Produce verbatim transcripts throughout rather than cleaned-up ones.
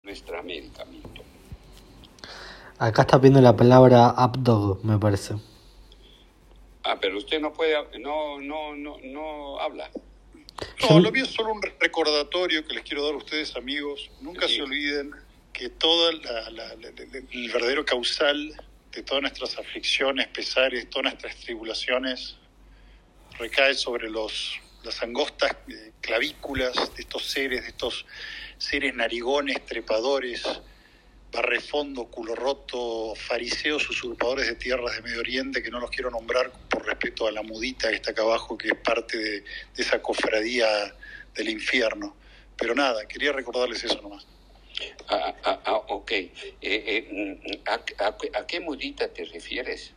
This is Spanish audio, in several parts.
nuestra América, Milton. Acá está pidiendo la palabra updog, me parece. Ah, pero usted no puede, no, no, no, no habla. No, lo mío es solo un recordatorio que les quiero dar a ustedes, amigos. Nunca Sí. se olviden que todo la, la, la, el verdadero causal de todas nuestras aflicciones, pesares, todas nuestras tribulaciones, recae sobre los las angostas eh, clavículas de estos seres, de estos seres narigones, trepadores, barrefondo, culo roto, fariseos, usurpadores de tierras de Medio Oriente, que no los quiero nombrar por respeto a la mudita que está acá abajo, que es parte de, de esa cofradía del infierno. Pero nada, quería recordarles eso nomás. Ah, ah, ah, ok. Eh, eh, ¿a, a, ¿A qué mudita te refieres?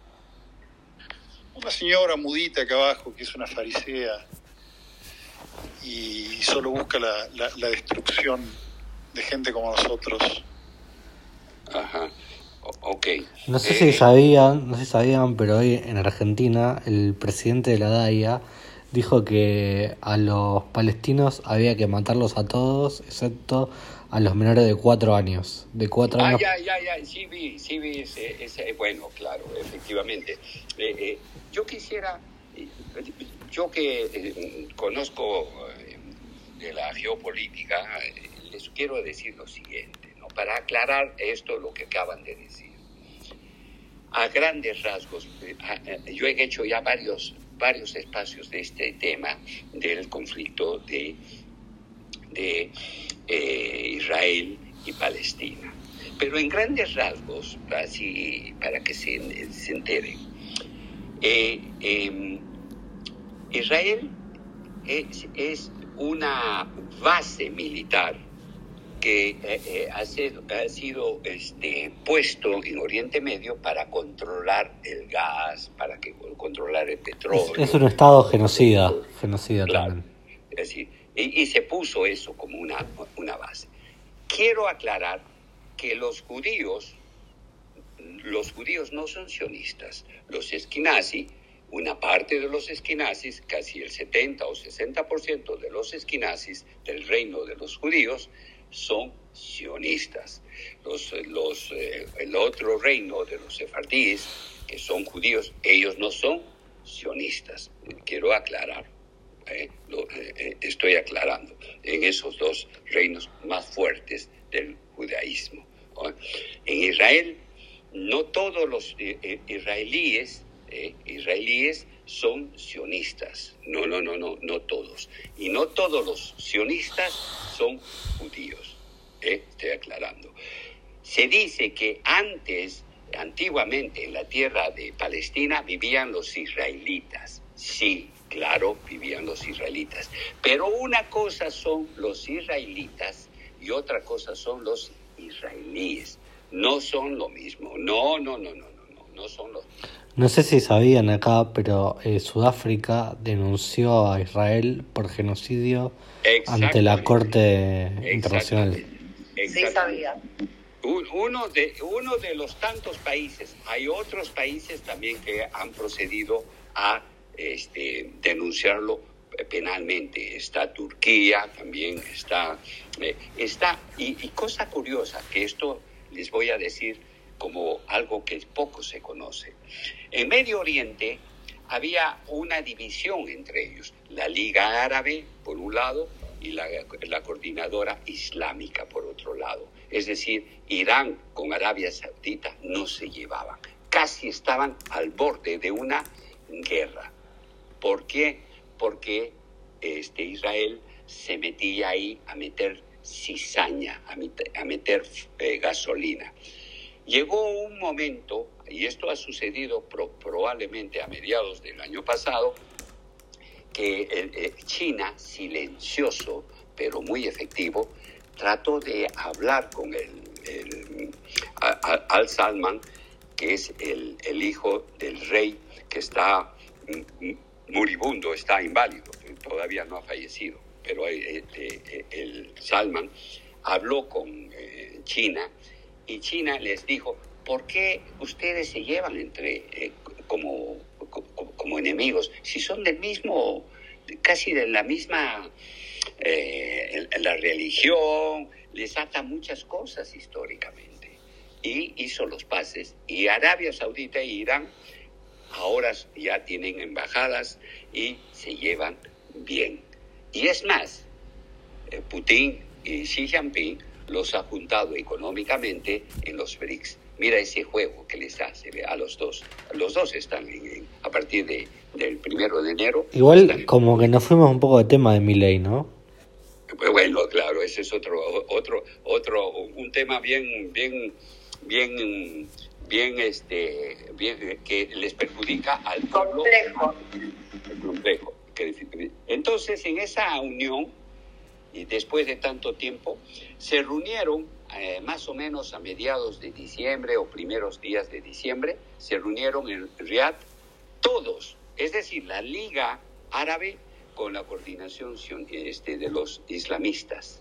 Una señora mudita acá abajo, que es una farisea y solo busca la, la, la destrucción de gente como nosotros. Ajá. O- ok. No sé Eh, si sabían, no sé si sabían, pero hoy en Argentina el presidente de la D A I A dijo que a los palestinos había que matarlos a todos, excepto a los menores de cuatro años. De cuatro Ah, años. ya, ya, ya, sí vi, sí vi ese, ese bueno, claro, efectivamente. Eh, eh, yo quisiera, eh, yo que eh, conozco eh, de la geopolítica, eh, les quiero decir lo siguiente, ¿no? Para aclarar esto, lo que acaban de decir. A grandes rasgos, eh, eh, yo he hecho ya varios, varios espacios de este tema del conflicto de, de eh, Israel y Palestina. Pero en grandes rasgos, así para que se, se enteren, eh, eh, Israel es, es una base militar que eh, eh, ha sido, ha sido este, puesto en Oriente Medio para controlar el gas, para que, controlar el Es, petróleo. es un estado genocida, genocida Claro. también. Es decir, y, y se puso eso como una, una base. Quiero aclarar que los judíos, los judíos no son sionistas. Los esquinazi, una parte de los esquinazis, casi el setenta o sesenta por ciento de los esquinazis del reino de los judíos, son sionistas. Los, los, eh, el otro reino de los sefardíes, que son judíos, ellos no son sionistas. Quiero aclarar. Eh, lo, eh, estoy aclarando en esos dos reinos más fuertes del judaísmo, ¿no? En Israel no todos los eh, israelíes eh, israelíes son sionistas, no, no, no, no, no todos, y no todos los sionistas son judíos, eh, estoy aclarando. Se dice que antes, antiguamente en la tierra de Palestina vivían los israelitas, sí. Claro, vivían los israelitas. Pero una cosa son los israelitas y otra cosa son los israelíes. No son lo mismo. No, no, no, no, no, no, no son los mismos. No sé si sabían acá, pero eh, Sudáfrica denunció a Israel por genocidio ante la Corte Internacional. Sí sabía. Uno de, uno de los tantos países, hay otros países también que han procedido a Este, denunciarlo penalmente. Está Turquía, también está, eh, está y, y cosa curiosa, que esto les voy a decir como algo que poco se conoce. En Medio Oriente había una división entre ellos, la Liga Árabe por un lado y la, la Coordinadora Islámica por otro lado. Es decir, Irán con Arabia Saudita no se llevaban, casi estaban al borde de una guerra. ¿Por qué? Porque este, Israel se metía ahí a meter cizaña, a meter, a meter eh, gasolina. Llegó un momento, y esto ha sucedido pro, probablemente a mediados del año pasado, que eh, eh, China, silencioso pero muy efectivo, trató de hablar con el, el Al Salman, que es el, el hijo del rey que está moribundo, está inválido, todavía no ha fallecido, pero el, el, el Salman habló con eh, China y China les dijo, ¿por qué ustedes se llevan entre eh, como, como, como enemigos? Si son del mismo, casi de la misma, eh, la religión, les ata muchas cosas históricamente. Y hizo los pases. Y Arabia Saudita e Irán ahora ya tienen embajadas y se llevan bien. Y es más, Putin y Xi Jinping los ha juntado económicamente en los B R I C S. Mira ese juego que les hace a los dos. Los dos están en, en, a partir de, del primero de enero. Igual están, como que nos fuimos un poco de tema de Milei, ¿no? Bueno, claro, ese es otro, otro, otro, un tema bien, bien, bien, bien, este, bien, que les perjudica al pueblo. Complejo. Complejo. Entonces, en esa unión, y después de tanto tiempo, se reunieron eh, más o menos a mediados de diciembre o primeros días de diciembre, se reunieron en Riad todos, es decir, la Liga Árabe con la coordinación este, de los islamistas.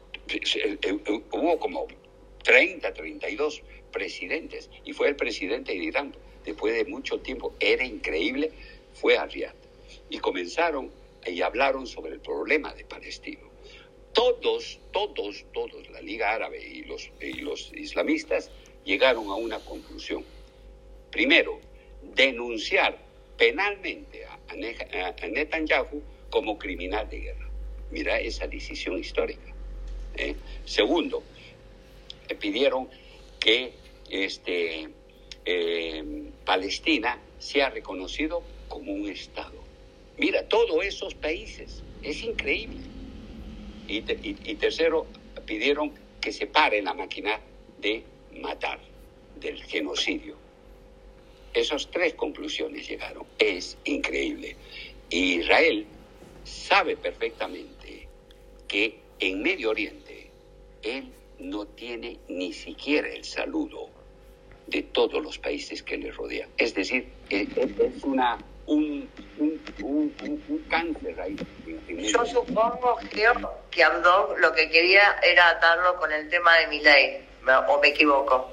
Hubo como treinta, treinta y dos presidentes, y fue el presidente de Irán, después de mucho tiempo, era increíble, fue a Riad. Y comenzaron y hablaron sobre el problema de Palestina. Todos, todos, todos, la Liga Árabe y los, y los islamistas llegaron a una conclusión. Primero, denunciar penalmente a, a Netanyahu como criminal de guerra. Mira esa decisión histórica. ¿eh? Segundo, eh, pidieron que este, eh, Palestina sea reconocido como un Estado. Mira, todos esos países, es increíble. Y, te, y, y tercero, pidieron que se pare la máquina de matar, del genocidio. Esas tres conclusiones llegaron. Es increíble. Y Israel sabe perfectamente que en Medio Oriente él no tiene ni siquiera el saludo de todos los países que le rodean. Es decir, es, es una... Un, un, un, un, un cáncer ahí. Yo supongo, Geo, que Abdog lo que quería era atarlo con el tema de Milei, o me equivoco.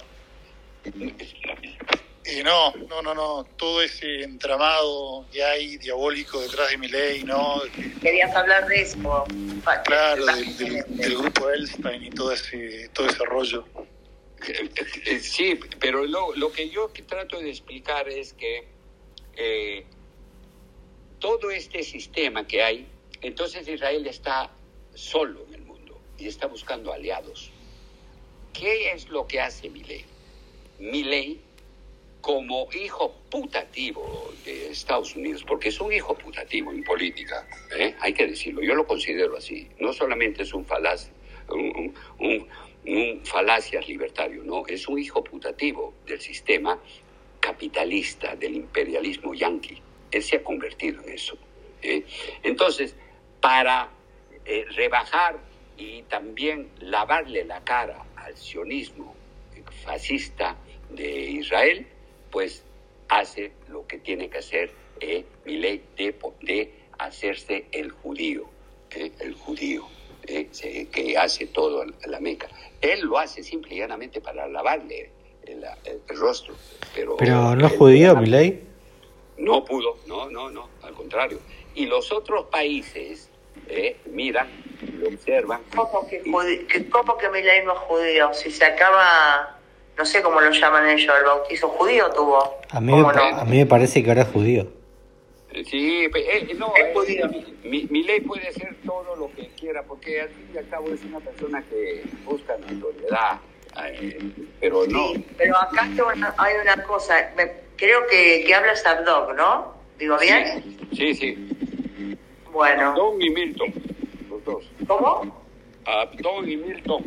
Y no, no, no, no, todo ese entramado que hay diabólico detrás de Milei, ¿no? Querías hablar de eso. Claro, del, del, del grupo Elstein y todo ese, todo ese rollo. Sí, pero lo, lo que yo trato de explicar es que eh, todo este sistema que hay, entonces Israel está solo en el mundo y está buscando aliados. ¿Qué es lo que hace Milei? Milei, como hijo putativo de Estados Unidos, porque es un hijo putativo en política, ¿eh? Hay que decirlo, yo lo considero así. No solamente es un falaz, un, un, un falacias libertario, no, es un hijo putativo del sistema capitalista, del imperialismo yanqui. Él se ha convertido en eso. ¿eh? Entonces, para eh, rebajar y también lavarle la cara al sionismo fascista de Israel, pues hace lo que tiene que hacer eh, Milei de, de hacerse el judío, eh, el judío, eh, se, que hace todo la Meca. Él lo hace simple y llanamente para lavarle el, el, el rostro. Pero, pero ¿no es judío, Milei? No pudo, no, no, no, al contrario. Y los otros países eh, miran, lo observan. ¿Cómo que, judi- que, ¿Cómo que Milei no es judío? Si se acaba, no sé cómo lo llaman ellos, el bautizo judío tuvo. A mí, me, no? a mí me parece que ahora es judío. Sí, eh, no, es judío. Mi, Milei puede ser todo lo que quiera, porque al fin y al cabo es una persona que busca notoriedad. Eh, pero no. Sí, pero acá hay una cosa, me, creo que, que hablas Abdog, ¿no? ¿Digo bien? Sí, sí. sí. Bueno. Abdón y Milton, los dos. ¿Cómo? Abdón y Milton.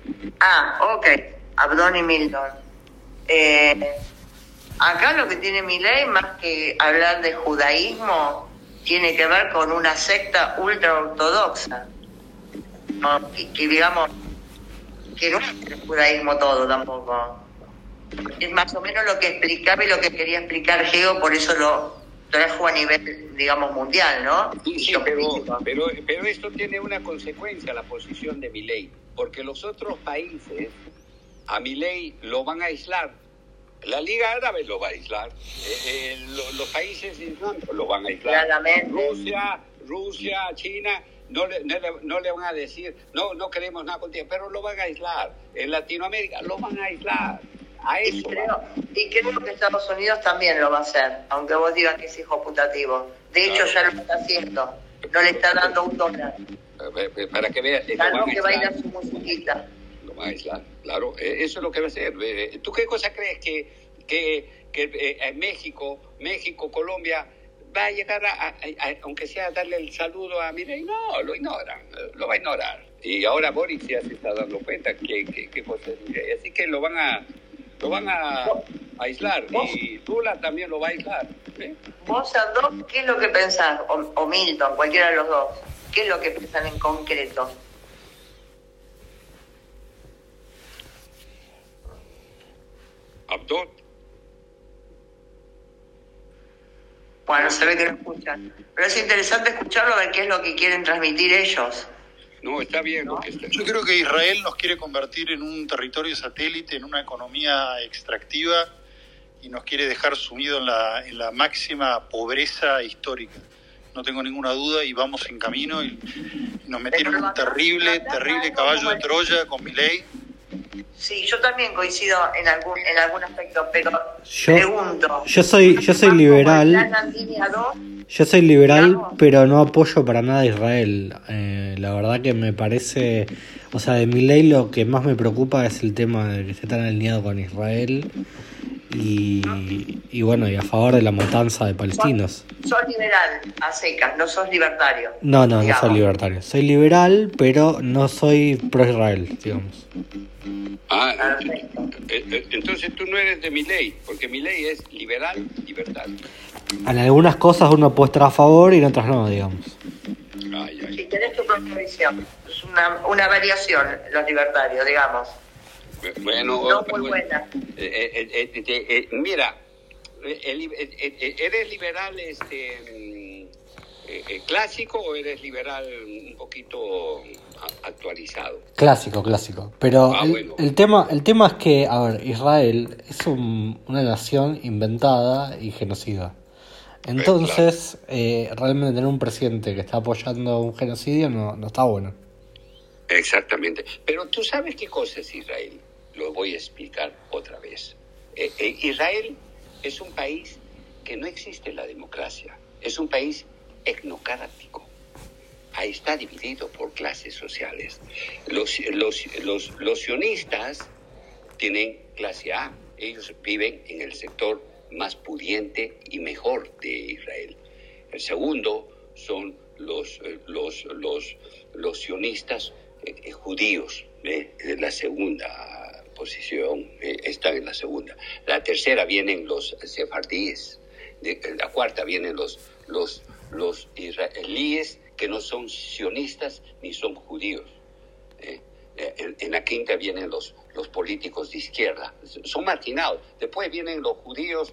Ah, ok, Abdón y Milton. Eh, acá lo que tiene Milei, más que hablar de judaísmo, tiene que ver con una secta ultra ortodoxa, ¿no? que, que digamos... que no es el judaísmo todo tampoco. Es más o menos lo que explicaba y lo que quería explicar Geo, por eso lo trajo a nivel, digamos, mundial, ¿no? Sí, sí, pero, pero, pero esto tiene una consecuencia, la posición de Milei, porque los otros países a Milei lo van a aislar. La Liga Árabe lo va a aislar, eh, eh, lo, los países islámicos lo van a aislar. Claramente. Rusia, Rusia, China no le, no, le, no le van a decir, no, no queremos nada contigo, pero lo van a aislar. En Latinoamérica lo van a aislar. A eso y, creo, y creo que Estados Unidos también lo va a hacer, aunque vos digas que es hijo putativo. De hecho, claro, ya lo está haciendo. No le está dando un dólar. Para que veas. Salvo que baila su musiquita. Lo van a aislar, claro. Eso es lo que va a hacer. ¿Tú qué cosa crees que, que, que en México, México, Colombia, va a llegar a, a, a, aunque sea a darle el saludo a Milei? No, lo ignoran, lo va a ignorar. Y ahora Boris ya se está dando cuenta que, que, que cosa es Milei. Así que lo van a... Lo van a aislar y Lula también lo va a aislar. ¿eh? Vos, Abdón, ¿qué es lo que pensás? O, o Milton, cualquiera de los dos. ¿Qué es lo que piensan en concreto? Abdón. Bueno, se ve que lo escuchan. Pero es interesante escucharlo, a ver qué es lo que quieren transmitir ellos. No, está bien. ¿No? Lo que está... Yo creo que Israel nos quiere convertir en un territorio satélite, en una economía extractiva, y nos quiere dejar sumido en la, en la máxima pobreza histórica. No tengo ninguna duda, y vamos en camino, y, y nos metieron en un terrible, terrible caballo de Troya con Milei. Sí, yo también coincido en algún en algún aspecto, pero yo, pregunto. Yo soy yo soy liberal. Yo soy liberal, digamos, pero no apoyo para nada a Israel. Eh, la verdad que me parece, o sea, de Milei lo que más me preocupa es el tema de que esté tan alineado con Israel y, y bueno, y a favor de la matanza de palestinos. Sos, sos liberal a secas, no sos libertario. No, no, digamos. No soy libertario. Soy liberal, pero no soy pro-Israel, digamos. Ah, entonces tú no eres de Milei, porque Milei es liberal, libertario. En algunas cosas uno puede estar a favor y en otras no, digamos. Ay, ay. Si tenés tu propia visión, es una, una variación, los libertarios, digamos. Bueno, no muy buena. Eh, eh, eh, eh, eh, mira, eh, eh, eh, ¿eres liberal este eh, eh, clásico o eres liberal un poquito actualizado? Clásico, clásico. Pero ah, el, bueno. el tema el tema es que, a ver, Israel es un, una nación inventada y genocida. Entonces, claro. eh, realmente tener un presidente que está apoyando un genocidio no, no está bueno. Exactamente. Pero tú sabes qué cosa es Israel. Lo voy a explicar otra vez. Eh, eh, Israel es un país que no existe la democracia. Es un país etnocrático. Ahí está dividido por clases sociales. Los, los, los, los sionistas tienen clase A. Ellos viven en el sector más pudiente y mejor de Israel. El segundo son los, los, los, los sionistas eh, judíos, eh, la segunda posición, eh, están en la segunda. La tercera vienen los sefardíes, de, la cuarta vienen los, los, los israelíes que no son sionistas ni son judíos. Eh, En, en la quinta vienen los, los políticos de izquierda, son marginados. Después vienen los judíos,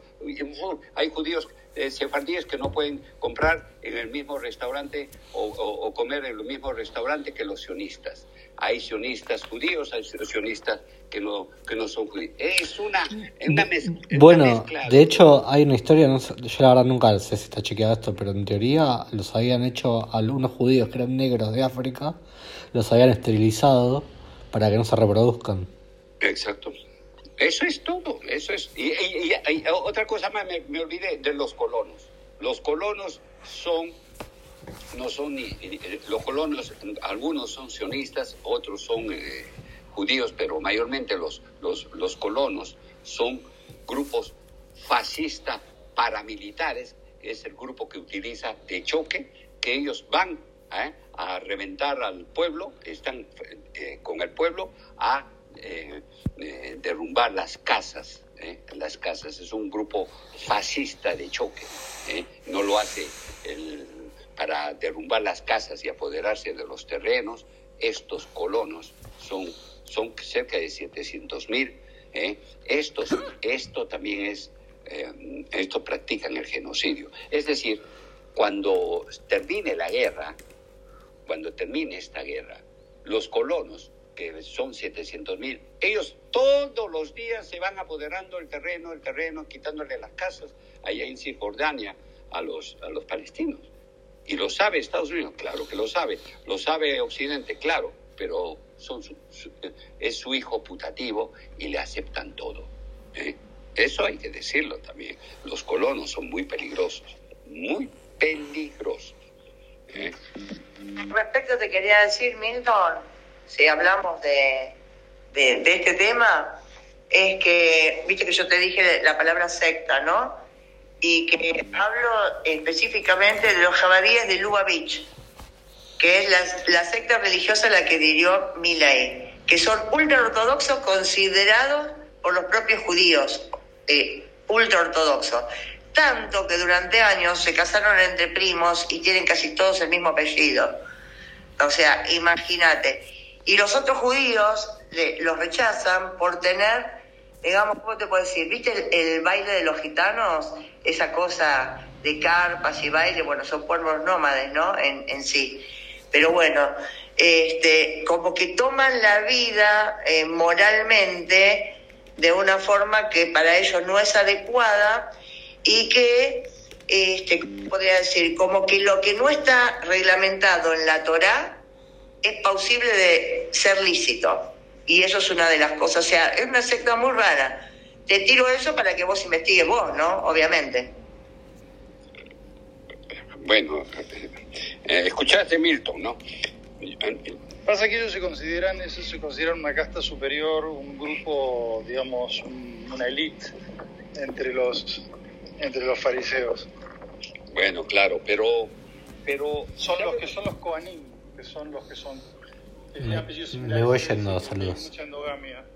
hay judíos eh, sefardíes que no pueden comprar en el mismo restaurante o, o, o comer en el mismo restaurante que los sionistas. Hay sionistas judíos, hay sionistas que no que no son judíos. Es una, una, mez, bueno, una mezcla. De hecho, hay una historia, no sé, yo la verdad nunca sé si está chequeado esto, pero en teoría los habían hecho algunos judíos que eran negros de África, los habían esterilizado para que no se reproduzcan. Exacto. Eso es todo. Eso es. Y, y, y, y otra cosa más, me, me olvidé de los colonos. Los colonos son, no son ni, los colonos, algunos son sionistas, otros son eh, judíos, pero mayormente los, los, los colonos son grupos fascistas paramilitares, que es el grupo que utiliza de choque, que ellos van ¿eh? a reventar al pueblo, están eh, con el pueblo a eh, eh, derrumbar las casas. Eh. Las casas es un grupo fascista de choque. Eh. No lo hace el, para derrumbar las casas y apoderarse de los terrenos. Estos colonos son, son cerca de setecientos mil. Eh. Estos, esto también es, eh, esto practican el genocidio. Es decir, cuando termine la guerra, cuando termine esta guerra, los colonos, que son setecientos mil, ellos todos los días se van apoderando el terreno, el terreno, quitándole las casas allá en Cisjordania a los, a los palestinos. Y lo sabe Estados Unidos, claro que lo sabe. Lo sabe Occidente, claro, pero son su, su, es su hijo putativo y le aceptan todo. ¿eh? Eso hay que decirlo también. Los colonos son muy peligrosos, muy peligrosos. ¿eh? Respecto te quería decir, Milton, si hablamos de, de, de este tema, es que, viste que yo te dije la palabra secta, ¿no? Y que hablo específicamente de los jabalíes de Lubavitch, que es la, la secta religiosa a la que dirigió Milei, que son ultraortodoxos considerados por los propios judíos, eh, ultraortodoxos. Tanto que durante años se casaron entre primos y tienen casi todos el mismo apellido. O sea, imagínate. Y los otros judíos le, los rechazan por tener, digamos, ¿cómo te puedo decir? ¿Viste el, el baile de los gitanos? Esa cosa de carpas y baile, bueno, son pueblos nómades, ¿no? En, en sí. Pero bueno, este, como que toman la vida eh, moralmente de una forma que para ellos no es adecuada y que, este, podría decir, como que lo que no está reglamentado en la Torá es posible de ser lícito. Y eso es una de las cosas, o sea, es una secta muy rara. Te tiro eso para que vos investigues vos, ¿no? Obviamente. Bueno, eh, escuchaste Milton, ¿no? Pasa que ellos se consideran, eso se consideran una casta superior, un grupo, digamos, un, una élite entre los entre los fariseos. Bueno, claro, pero pero son los que son los Kohanim, que son los que son me, me voy yendo, saludos. Mucha endogamia.